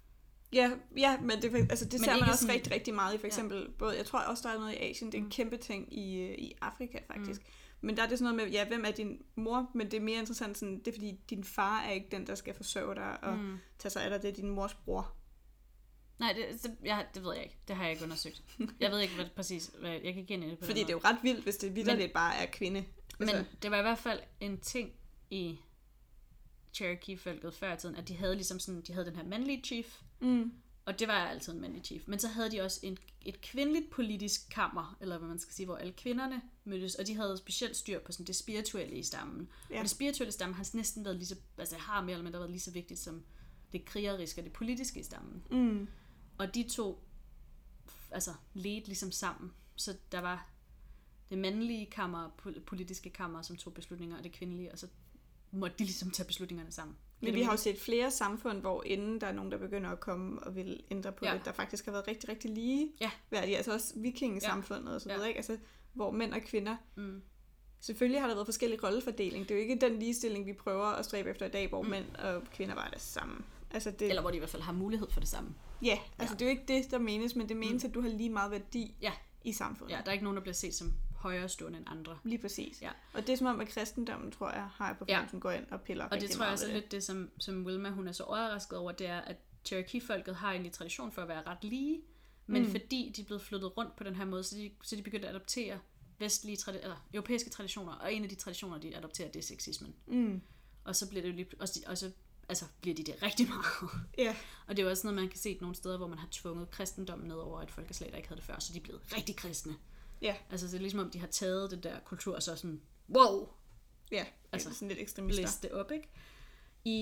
Ja, men det ser man også sådan rigtig, rigtig meget i, for eksempel, både, jeg tror også, der er noget i Asien, det er en kæmpe ting i Afrika faktisk. Men der er det sådan noget med, hvem er din mor? Men det er mere interessant, sådan, det er fordi, din far er ikke den, der skal forsørge dig og tage sig af dig, det er din mors bror. Nej, det ved jeg ikke. Det har jeg ikke undersøgt. Jeg ved ikke præcis, jeg kan ikke kende det på. Fordi det er jo ret vildt, hvis det vitterligt bare er kvinde. Altså. Men det var i hvert fald en ting i Cherokee-folket før i tiden, at de havde ligesom sådan, de havde den her mandlige chief, og det var altid en mandlig chief. Men så havde de også et kvindeligt politisk kammer, eller hvad man skal sige, hvor alle kvinderne mødtes, og de havde specielt styr på sådan det spirituelle i stammen. Ja. Og det spirituelle stamme har næsten været lige så, altså har mere eller mindre været lige så vigtigt som det krigeriske og det politiske i stammen. Og de to altså ledte ligesom sammen. Så der var det mandlige kammer, politiske kammer, som tog beslutninger, og det kvindelige, og så måtte de ligesom tage beslutningerne sammen. Men vi har jo set flere samfund, hvor inden der er nogen, der begynder at komme og vil ændre på det, der faktisk har været rigtig, rigtig lige værdige. Altså også vikingesamfundet og så videre, ikke? Altså, hvor mænd og kvinder... Selvfølgelig har der været forskellig rollefordeling. Det er jo ikke den ligestilling, vi prøver at stræbe efter i dag, hvor mænd og kvinder var det samme. Altså det... Eller hvor de i hvert fald har mulighed for det samme. Ja, altså det er jo ikke det, der menes, men det menes, at du har lige meget værdi i samfundet. Ja, der er ikke nogen, der bliver set som højere stående end andre. Lige præcis. Ja. Og det er som om, at kristendommen, tror jeg, har på fornemmelsen går ind og piller. Og det tror jeg også lidt det, som Wilma, hun er så overrasket over, det er, at Cherokee-folket har egentlig tradition for at være ret lige, men fordi de er blevet flyttet rundt på den her måde, så de begyndte at adoptere vestlige europæiske traditioner, og en af de traditioner, de adopterer, det er sexismen. Og så bliver det jo lige, og så bliver de det rigtig meget. Ja. Og det er jo også noget, man kan se nogle steder, hvor man har tvunget kristendommen ned over et folkeslag, der ikke havde det før, så de er blevet rigtig kristne. Ja. Altså det er ligesom om, de har taget det der kultur, så sådan, wow! Ja, altså sådan lidt ekstremister. Blæst det op, ikke? I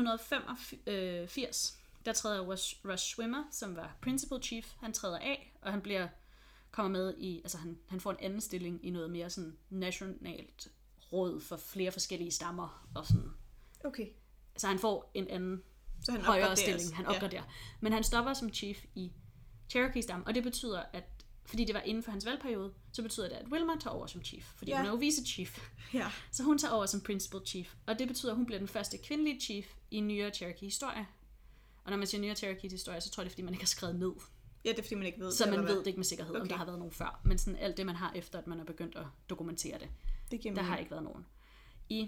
1985, der træder Rush Schwimmer, som var principal chief, han træder af, og han kommer med i, altså han får en anden stilling i noget mere sådan nationalt råd for flere forskellige stammer og sådan. Okay. Så han får en anden højere stilling, han opgraderer. Men han stopper som chief i Cherokee-stammen, og det betyder, at fordi det var inden for hans valgperiode, så betyder det, at Wilma tager over som chief, fordi hun er jo vice-chief. Ja. Så hun tager over som principal chief, og det betyder, at hun bliver den første kvindelige chief i nyere Cherokee-historie. Og når man siger nyere Cherokee-historie, så tror jeg, det er, fordi man ikke har skrevet ned. Ja, det er, fordi man ikke ved så man ved det ikke med sikkerhed, om der har været nogen før. Men sådan alt det, man har efter, at man er begyndt at dokumentere det, der har ikke været nogen. I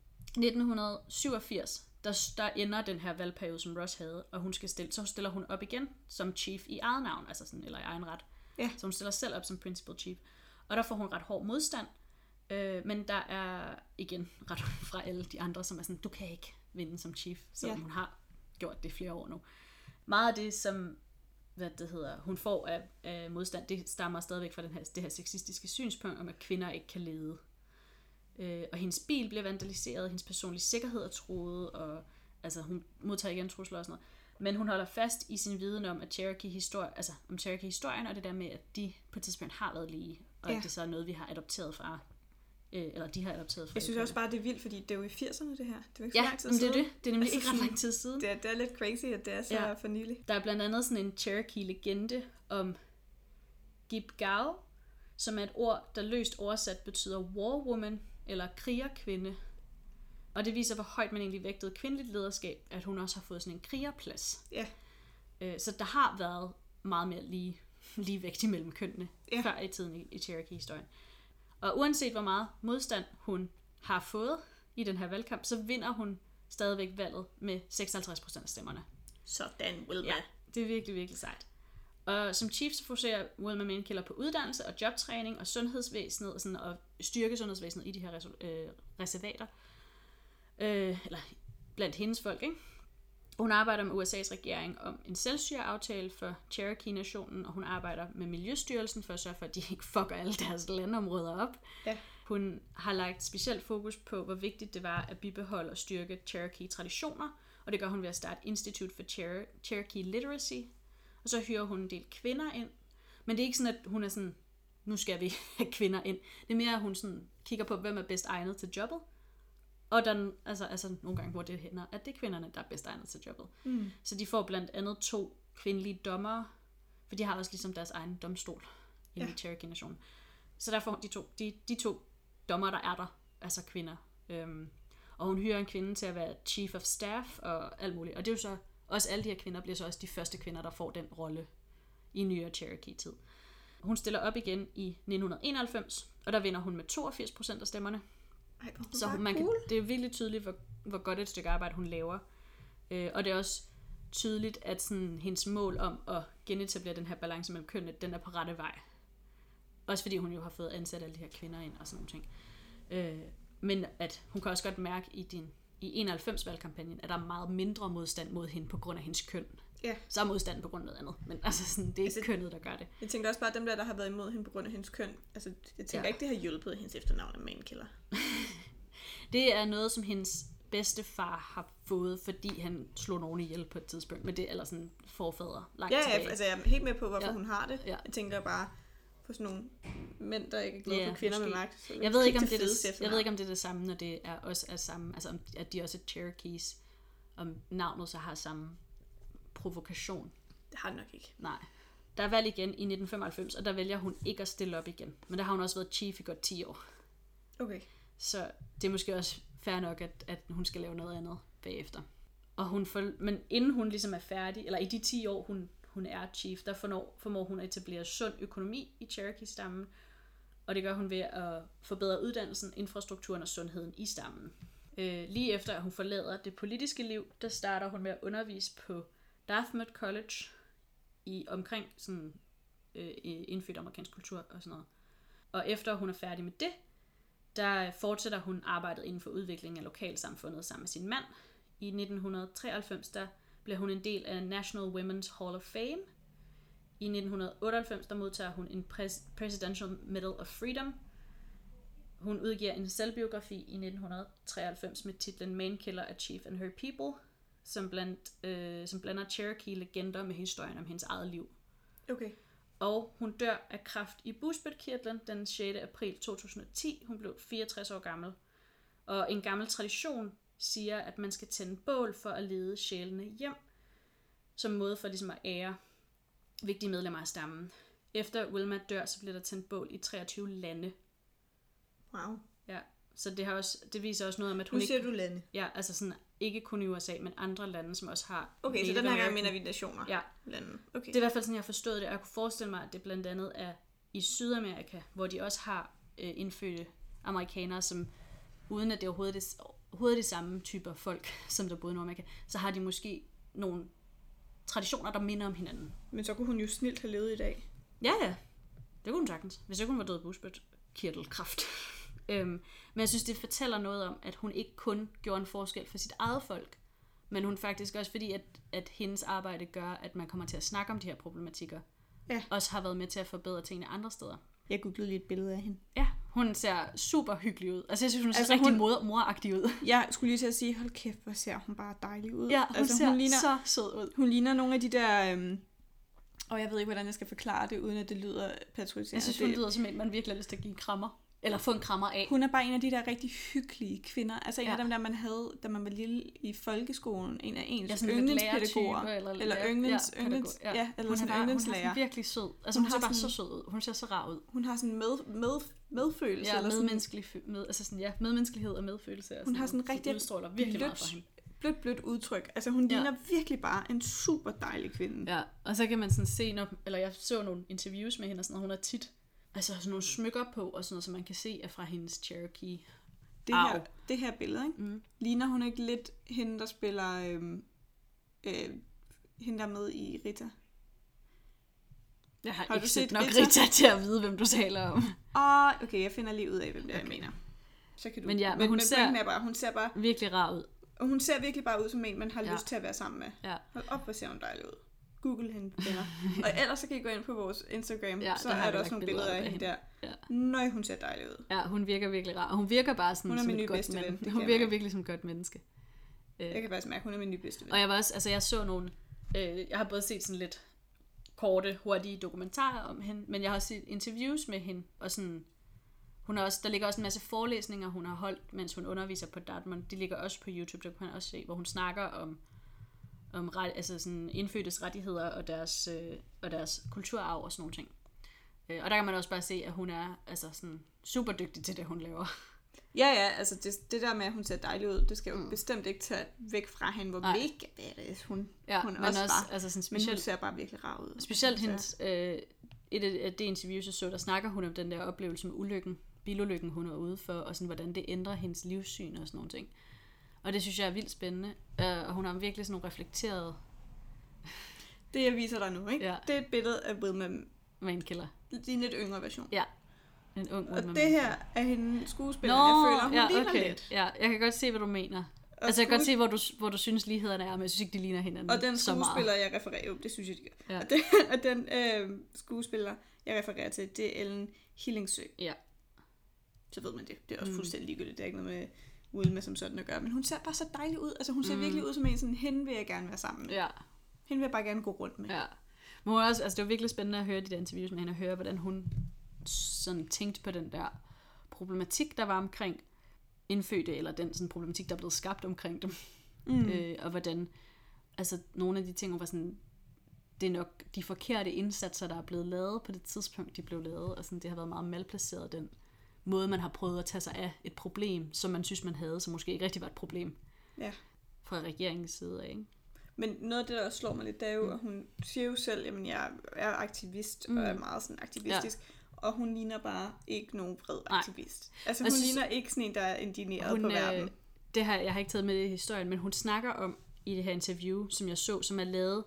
1987, der ender den her valgperiode, som Ross havde, og så stiller hun op igen som chief i eget navn, altså sådan, eller i egen ret. Ja. Så hun stiller selv op som principal chief. Og der får hun ret hård modstand, men der er igen ret fra alle de andre, som er sådan, du kan ikke vinde som chief, selvom hun har gjort det flere år nu. Meget af det, som hun får af modstand, det stammer stadigvæk fra det her sexistiske synspunkt om, at kvinder ikke kan lede. Og hendes bil bliver vandaliseret, hendes personlige sikkerhed er truet, og altså hun modtager igen trusler og sådan noget. Men hun holder fast i sin viden om, at Cherokee-historien, og det der med, at de på et tidspunkt har været lige, og at det så er noget, vi har adopteret fra, eller de har adopteret fra. Jeg synes også bare, det er vildt, fordi det er jo i 80'erne det her. Det er ikke så lang tid siden. Det er nemlig ikke ret lang tid siden. Det er lidt crazy, at det er så for nylig. Der er blandt andet sådan en Cherokee-legende om Gibgao, som er et ord, der løst oversat betyder war woman, eller krigerkvinde. Og det viser, hvor højt man egentlig vægtede kvindeligt lederskab, at hun også har fået sådan en krigerplads. Ja. Så der har været meget mere lige vægt imellem kønnene før i tiden i Cherokee-historien. Og uanset hvor meget modstand hun har fået i den her valgkamp, så vinder hun stadigvæk valget med 56% af stemmerne. Sådan, Wilma. Ja, det er virkelig, virkelig sejt. Og som chief så fokuserer Wilma Mainkiller på uddannelse og jobtræning og sundhedsvæsenet og, sådan, og styrke sundhedsvæsenet i de her reservater. Eller blandt hendes folk, ikke? Hun arbejder med USA's regering om en selvstyreaftale for Cherokee-nationen, og hun arbejder med Miljøstyrelsen for at sørge for, at de ikke fucker alle deres landområder op. Ja. Hun har lagt specielt fokus på, hvor vigtigt det var at bibeholde og styrke Cherokee-traditioner, og det gør hun ved at starte Institute for Cherokee Literacy, og så hyrer hun en del kvinder ind. Men det er ikke sådan, at hun er sådan, nu skal vi have kvinder ind. Det er mere, at hun sådan kigger på, hvem er bedst egnet til jobbet. Og der altså nogle gange, hvor det hænder, at det er kvinderne, der er bedst egnet til jobbet. Mm. Så de får blandt andet 2 kvindelige dommere, for de har også ligesom deres egen domstol i Cherokee-nationen. Så der får de to dommer, der er der, altså kvinder. Og hun hyrer en kvinde til at være chief of staff og alt muligt. Og det er jo så, også alle de her kvinder bliver så også de første kvinder, der får den rolle i nyere Cherokee-tid. Hun stiller op igen i 1991, og der vinder hun med 82% af stemmerne. Ej, så det er virkelig tydeligt, hvor godt et stykke arbejde hun laver. Og det er også tydeligt, at sådan, hendes mål om at genetablere den her balance mellem kønnene, den er på rette vej. Også fordi hun jo har fået ansat alle de her kvinder ind og sådan nogle ting. Men at hun kan også godt mærke i 91-valgkampagnen, at der er meget mindre modstand mod hende på grund af hendes køn. Ja. Så er modstanden på grund af noget andet. Men altså sådan, det er ikke kønnet, der gør det. Jeg tænker også bare, at dem der har været imod hende på grund af hendes køn, altså jeg tænker ikke, det har hjulpet hendes efternavn af Mainkiller. Det er noget, som hendes bedstefar har fået, fordi han slog nogen ihjel på et tidspunkt. Men det er ellers sådan forfader langt tilbage. Ja, altså jeg er helt med på, hvorfor hun har det. Ja. Jeg tænker bare på sådan nogle mænd, der ikke er glade på kvinder med magt. Jeg ved ikke, om det er det samme, når det er også er samme, altså at de også er Cherokees, om navnet så har samme provokation. Det har det nok ikke. Nej. Der er valg igen i 1995, og der vælger hun ikke at stille op igen. Men der har hun også været chief i godt 10 år. Okay. Så det er måske også fair nok, at hun skal lave noget andet bagefter. Og men inden hun ligesom er færdig, eller i de 10 år, hun er chief, der formår hun at etablere sund økonomi i Cherokee-stammen. Og det gør hun ved at forbedre uddannelsen, infrastrukturen og sundheden i stammen. Lige efter at hun forlader det politiske liv, der starter hun med at undervise på Dartmouth College i omkring sådan indfødt amerikansk kultur og sådan noget. Og efter hun er færdig med det, der fortsætter hun arbejdet inden for udviklingen af lokalsamfundet sammen med sin mand. I 1993 der blev hun en del af National Women's Hall of Fame. I 1998 der modtager hun en Presidential Medal of Freedom. Hun udgiver en selvbiografi i 1993 med titlen Mainkiller, A Chief and Her People, som blander Cherokee-legender med historien om hendes eget liv. Okay. Og hun dør af kræft i bugspytkirtlen den 6. april 2010. Hun blev 64 år gammel. Og en gammel tradition siger, at man skal tænde bål for at lede sjælene hjem, som måde for ligesom at ære vigtige medlemmer af stammen. Efter Wilma dør, så bliver der tændt bål i 23 lande. Wow. Ja, så det viser også noget om, at hun nu siger du lande. Ja, altså sådan, ikke kun i USA, men andre lande, som også har... Okay, så den her gang mener vi nationer. Ja. Lande. Okay. Det er i hvert fald sådan, jeg har forstået det, og jeg kunne forestille mig, at det blandt andet er i Sydamerika, hvor de også har indfødte amerikanere, som uden at det overhovedet er de samme typer folk, som der boede i Nordamerika, så har de måske nogle traditioner, der minder om hinanden. Men så kunne hun jo snilt have levet i dag. Ja. Det kunne hun sagtens. Hvis ikke hun var død af bugspytkirtelkræft. Men jeg synes, det fortæller noget om, at hun ikke kun gjorde en forskel for sit eget folk, men hun faktisk også, fordi at hendes arbejde gør, at man kommer til at snakke om de her problematikker, også har været med til at forbedre tingene andre steder. Jeg googlede lige et billede af hende. Ja, hun ser super hyggelig ud. Altså jeg synes, hun ser rigtig moragtig ud. Jeg skulle lige til at sige, hold kæft, hvor ser hun bare dejlig ud. Ja, hun ser hun ligner, så sød ud. Hun ligner nogle af de der... og jeg ved ikke, hvordan jeg skal forklare det, uden at det lyder patrioterende. Jeg synes, hun lyder som en, man virkelig har lyst til at give en krammer. Eller få en krammer af. Hun er bare en af de der rigtig hyggelige kvinder. Altså en af dem, der man havde, da man var lille i folkeskolen. En af ens yndlingspædagoger. Eller yndlingslærer. Hun er virkelig sød. Altså hun ser bare så sød ud. Hun ser så rar ud. Hun har sådan medfølelse. Ja, medmenneskelighed og medfølelse. Hun har sådan rigtig udstråler virkelig meget for hende. Blødt udtryk. Altså hun ligner virkelig bare en super dejlig kvinde. Ja, og så kan man sådan se, jeg så nogle interviews med hende, og sådan, og hun er tit sådan nogle smykker på, og sådan noget, som man kan se er fra hendes Cherokee. Det her billede, ikke? Mm. Ligner hun ikke lidt hende, der spiller hende der med i Rita? Jeg har ikke set nok Rita til at vide, hvem du taler om. Okay, jeg finder lige ud af, hvem det er, jeg mener. Så kan du. Men hun ser bare virkelig rar ud. Og hun ser virkelig bare ud som en, man har lyst til at være sammen med. Ja. Hold op, hvor ser hun dejlig ud. Google hende, venner. Og ellers så kan I gå ind på vores Instagram, så er der også nogle billeder af hende der. Ja. Nøj, hun ser dejlig ud. Ja, hun virker virkelig rar. Og hun virker bare sådan som et godt menneske. Hun virker virkelig som et godt menneske. Jeg kan faktisk mærke, hun er min nye bedste ven. Og jeg var også, altså jeg så nogle, jeg har både set sådan lidt korte, hurtige dokumentarer om hende, men jeg har også set interviews med hende, og sådan, hun har også, der ligger også en masse forelæsninger, hun har holdt, mens hun underviser på Dartmouth. De ligger også på YouTube, der kan man også se, hvor hun snakker om altså sådan indfødtes rettigheder og deres kulturarv og sådan nogle ting. Og der kan man også bare se, at hun er altså sådan super dygtig til det, hun laver. Ja, altså det der med, at hun ser dejlig ud, det skal jo bestemt ikke tage væk fra hende, hvor mega badass hun også var. Altså sådan specielt, men hun ser bare virkelig rar ud. Specielt hendes, et af det interview, jeg så, der snakker hun om den der oplevelse med bilulykken, hun var ude for, og sådan, hvordan det ændrer hendes livssyn og sådan nogle ting. Og det synes jeg er vildt spændende, og hun har virkelig sådan nogle reflekteret... Det jeg viser dig nu, ikke? Ja. Det er et billede af Wilma Mankiller. Det er en lidt yngre version. Ja. En ung og det her er hende skuespiller, jeg føler, hun ligner lidt. Ja, jeg kan godt se, hvad du mener. Altså, jeg kan godt se, hvor du synes, lighederne er, men jeg synes ikke, de ligner hinanden så meget. Og den skuespiller, jeg refererer det synes jeg, de gør. Ja. Og den skuespiller, jeg refererer til, det er Ellen Hillingsø. Ja. Så ved man det. Det er også fuldstændig ligegyldigt. Det er ikke noget med Wilma som sådan at gøre. Men hun ser bare så dejlig ud. Altså, hun ser virkelig ud som en sådan, hende vil jeg gerne være sammen med. Ja. Hende vil jeg bare gerne gå rundt med. Ja. Men hun også, altså, det var virkelig spændende at høre de der interviews med hende, og høre, hvordan hun sådan tænkte på den der problematik, der var omkring indfødte, eller den sådan problematik, der er blevet skabt omkring dem. Og hvordan, altså nogle af de ting var sådan, det er nok de forkerte indsatser, der er blevet lavet på det tidspunkt, de blev lavet, og sådan, det har været meget malplaceret, den måde, man har prøvet at tage sig af et problem, som man synes, man havde, som måske ikke rigtig var et problem fra regeringens side af, ikke? Men noget af det, der også slår mig lidt, det er jo, at hun siger jo selv, jamen jeg er aktivist, og er meget sådan aktivistisk, og hun ligner bare ikke nogen vred aktivist. Altså hun ligner ikke sådan en, der er indigneret på verden. Det her, jeg har ikke taget med det i historien, men hun snakker om i det her interview, som jeg så, som er lavet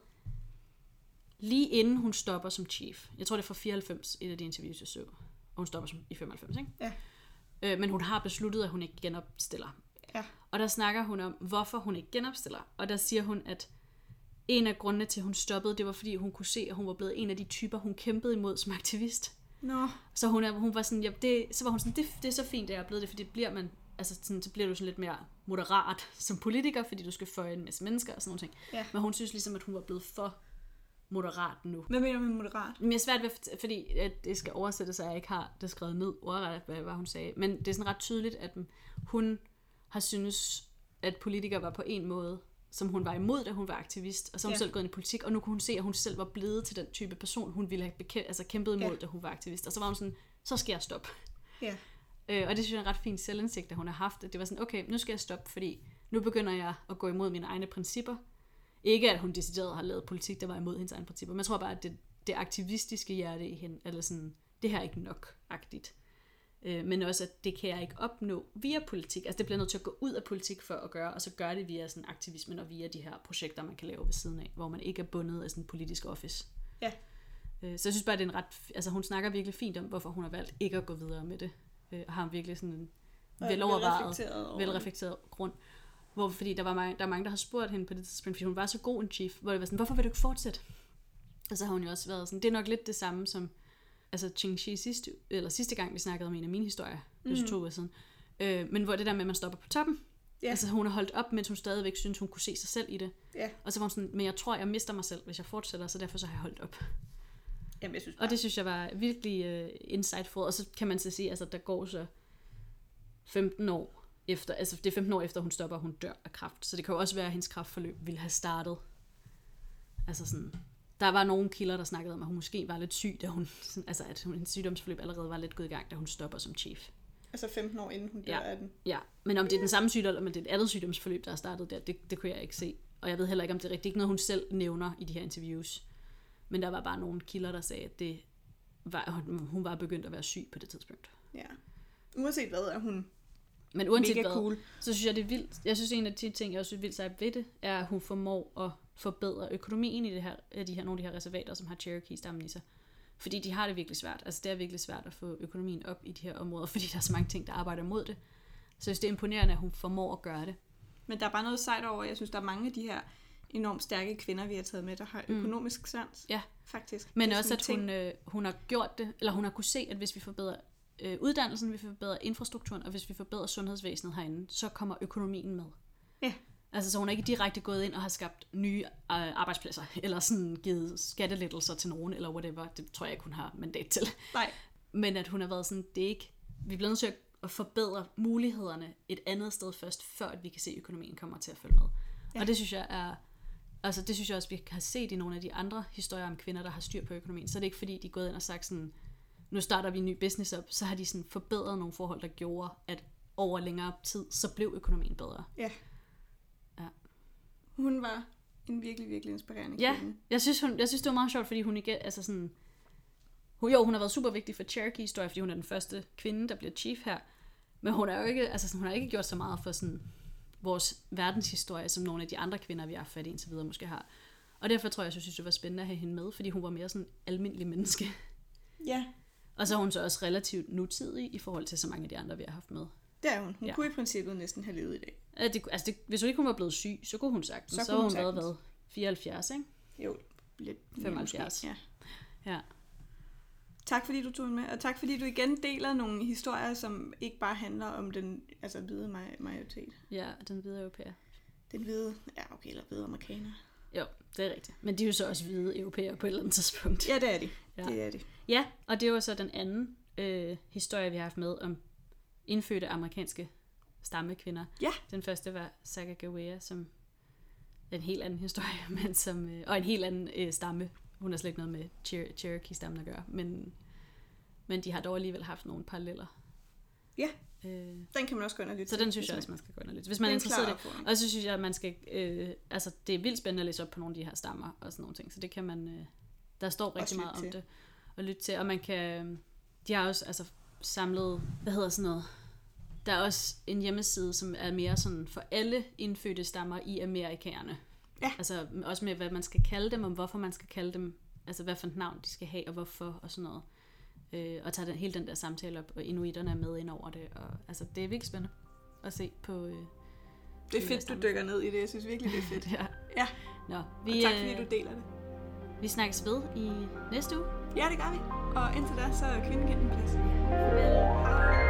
lige inden hun stopper som chief. Jeg tror, det er fra 94, et af de interviews, jeg så. Og hun stopper i 95, ikke? Ja. Men hun har besluttet, at hun ikke genopstiller. Ja. Og der snakker hun om, hvorfor hun ikke genopstiller. Og der siger hun, at en af grundene til, at hun stoppede, det var, fordi hun kunne se, at hun var blevet en af de typer, hun kæmpede imod som aktivist. No. Så hun var sådan, så var hun sådan, det er så fint, at jeg er blevet det, fordi bliver man, altså sådan, så bliver du sådan lidt mere moderat som politiker, fordi du skal føje en masse mennesker og sådan noget ting. Ja. Men hun synes ligesom, at hun var blevet for moderat nu. Hvad mener du med moderat? Men jeg er svært ved, fordi at det skal oversættes, så jeg ikke har det skrevet ned ordret, hvad hun sagde. Men det er sådan ret tydeligt, at hun har synes, at politikere var på en måde, som hun var imod, da hun var aktivist, og så hun selv gået ind i politik, og nu kunne hun se, at hun selv var blevet til den type person, hun ville have kæmpet imod, da hun var aktivist. Og så var hun sådan, så skal jeg stoppe. Ja. Og det synes jeg er en ret fin selvindsigt, at hun har haft. At det var sådan, okay, nu skal jeg stoppe, fordi nu begynder jeg at gå imod mine egne principper. Ikke at hun decideret har lavet politik, der var imod hendes egne principper, men jeg tror bare, at det aktivistiske hjerte i hende, eller sådan, det her er ikke nok-agtigt. Men også, at det kan jeg ikke opnå via politik. Altså det bliver nødt til at gå ud af politik for at gøre, og så gør det via sådan aktivismen og via de her projekter, man kan lave ved siden af, hvor man ikke er bundet af sådan en politisk office. Ja. Så jeg synes bare, det er en ret... Altså hun snakker virkelig fint om, hvorfor hun har valgt ikke at gå videre med det. Og har virkelig sådan en velreflekteret grund. Fordi der er mange, der har spurgt hende på det tidspunkt, fordi hun var så god en chief, hvor det var sådan, hvorfor vil du ikke fortsætte? Og så har hun jo også været sådan, det er nok lidt det samme som altså Ching-Chi sidste gang, vi snakkede om en af mine historier, det var 2 uger siden, men hvor det der med, at man stopper på toppen, altså hun har holdt op, mens hun stadigvæk synes, hun kunne se sig selv i det, og så var hun sådan, men jeg tror, jeg mister mig selv, hvis jeg fortsætter, så derfor så har jeg holdt op. Jamen, jeg synes bare. Og det synes jeg var virkelig insightful, og så kan man så sige, altså der går så 15 år efter, altså det er 15 år efter, hun stopper, og hun dør af kræft, så det kan jo også være, at hendes kræftforløb ville have startet, altså sådan... Der var nogle kilder, der snakkede om, at hun måske var lidt syg, da hun, altså at hendes sygdomsforløb allerede var lidt gået i gang, da hun stopper som chief. Altså 15 år inden hun dør af den? Ja, men om det er den samme sygdom, eller om det er et andet sygdomsforløb, der er startet der, det kunne jeg ikke se. Og jeg ved heller ikke, om det er rigtigt. Ikke noget, hun selv nævner i de her interviews. Men der var bare nogle kilder, der sagde, at hun var begyndt at være syg på det tidspunkt. Ja. Uanset hvad, er hun men uanset mega cool. Så synes jeg, det er vildt. Jeg synes, en af de ting, jeg også vildt sig ved det, er, at hun formår at forbedre økonomien i det her, nogle af de her reservater, som har Cherokee-stammen i sig. Fordi de har det virkelig svært. Altså det er virkelig svært at få økonomien op i de her områder, fordi der er så mange ting, der arbejder mod det. Så jeg synes, det er imponerende, at hun formår at gøre det. Men der er bare noget sejt over. Jeg synes, der er mange af de her enormt stærke kvinder, vi har taget med, der har økonomisk sans. Ja, faktisk. men også, at hun har gjort det, eller hun har kunne se, at hvis vi forbedrer uddannelsen, hvis vi forbedrer infrastrukturen, og hvis vi forbedrer sundhedsvæsenet herinde, så kommer økonomien med. Ja. Altså, så hun er ikke direkte gået ind og har skabt nye arbejdspladser, eller sådan givet skattelettelser til nogen, eller whatever. Det tror jeg ikke, hun har mandat til. Nej. Men at hun har været sådan, det er ikke, vi bliver nødt til at forbedre mulighederne et andet sted først, før at vi kan se, at økonomien kommer til at følge med. Ja. Og det synes jeg er, altså det synes jeg også, vi har set i nogle af de andre historier om kvinder, der har styr på økonomien. Så det er ikke fordi, de er gået ind og sagt sådan, nu starter vi en ny business op, så har de sådan forbedret nogle forhold, der gjorde, at over længere tid, så blev økonomien bedre. Ja. Hun var en virkelig, virkelig inspirerende kvinde. Ja, jeg synes, det var meget sjovt, fordi hun ikke, altså sådan, hun har været super vigtig for Cherokee-historie, fordi hun er den første kvinde, der bliver chief her. Men hun er jo ikke, altså hun har ikke gjort så meget for sådan vores verdenshistorie, som nogle af de andre kvinder, vi har fat i indtil videre måske har. Og derfor tror jeg, synes det var spændende at have hende med, fordi hun var mere sådan almindelig menneske. Ja. Og så er hun så også relativt nutidig i forhold til så mange af de andre, vi har haft med. Det er hun. Hun kunne i princippet næsten have levet i dag. Hvis hun ikke var blevet syg, så kunne hun sagt. Så kunne hun været 74, ikke? Jo, lidt 75. Ja. Tak fordi du tog med, og tak fordi du igen deler nogle historier, som ikke bare handler om den hvide majoritet. Ja, den hvide europæer. Den hvide, eller hvide amerikaner. Jo, det er rigtigt. Men de er jo så også hvide europæere på et eller andet tidspunkt. Ja, det er de. Ja. Det er de. Ja, og det var så den anden historie, vi har haft med om indfødte amerikanske stammekvinder. Ja. Den første var Sacagawea, som er en helt anden historie, men som, og en helt anden stamme. Hun har slet ikke noget med Cherokee-stammen at gøre, men de har dog alligevel haft nogle paralleller. Ja, den kan man også gå ind og lytte til. Så den synes jeg også, man skal gå ind og lytte til, hvis man er interesseret i det. Og så synes jeg, at man skal, altså det er vildt spændende at læse op på nogle af de her stammer og sådan nogle ting, så det kan man, der står rigtig meget om det at lytte til, og man kan, de har også samlet, der er også en hjemmeside, som er mere sådan for alle indfødte stammer i amerikanerne. Ja. Altså også med, hvad man skal kalde dem, og hvorfor man skal kalde dem, altså hvad for et navn de skal have, og hvorfor, og sådan noget. Og tager hele den der samtale op, og inuiterne er med ind over det. Og, altså, det er virkelig spændende at se på. Det er fedt, du dykker ned i det. Jeg synes virkelig, det er fedt. Ja. Nå, og tak fordi du deler det. Vi snakkes ved i næste uge. Ja, det gør vi. Og indtil da, så er kvinden kendt en plads. Farvel.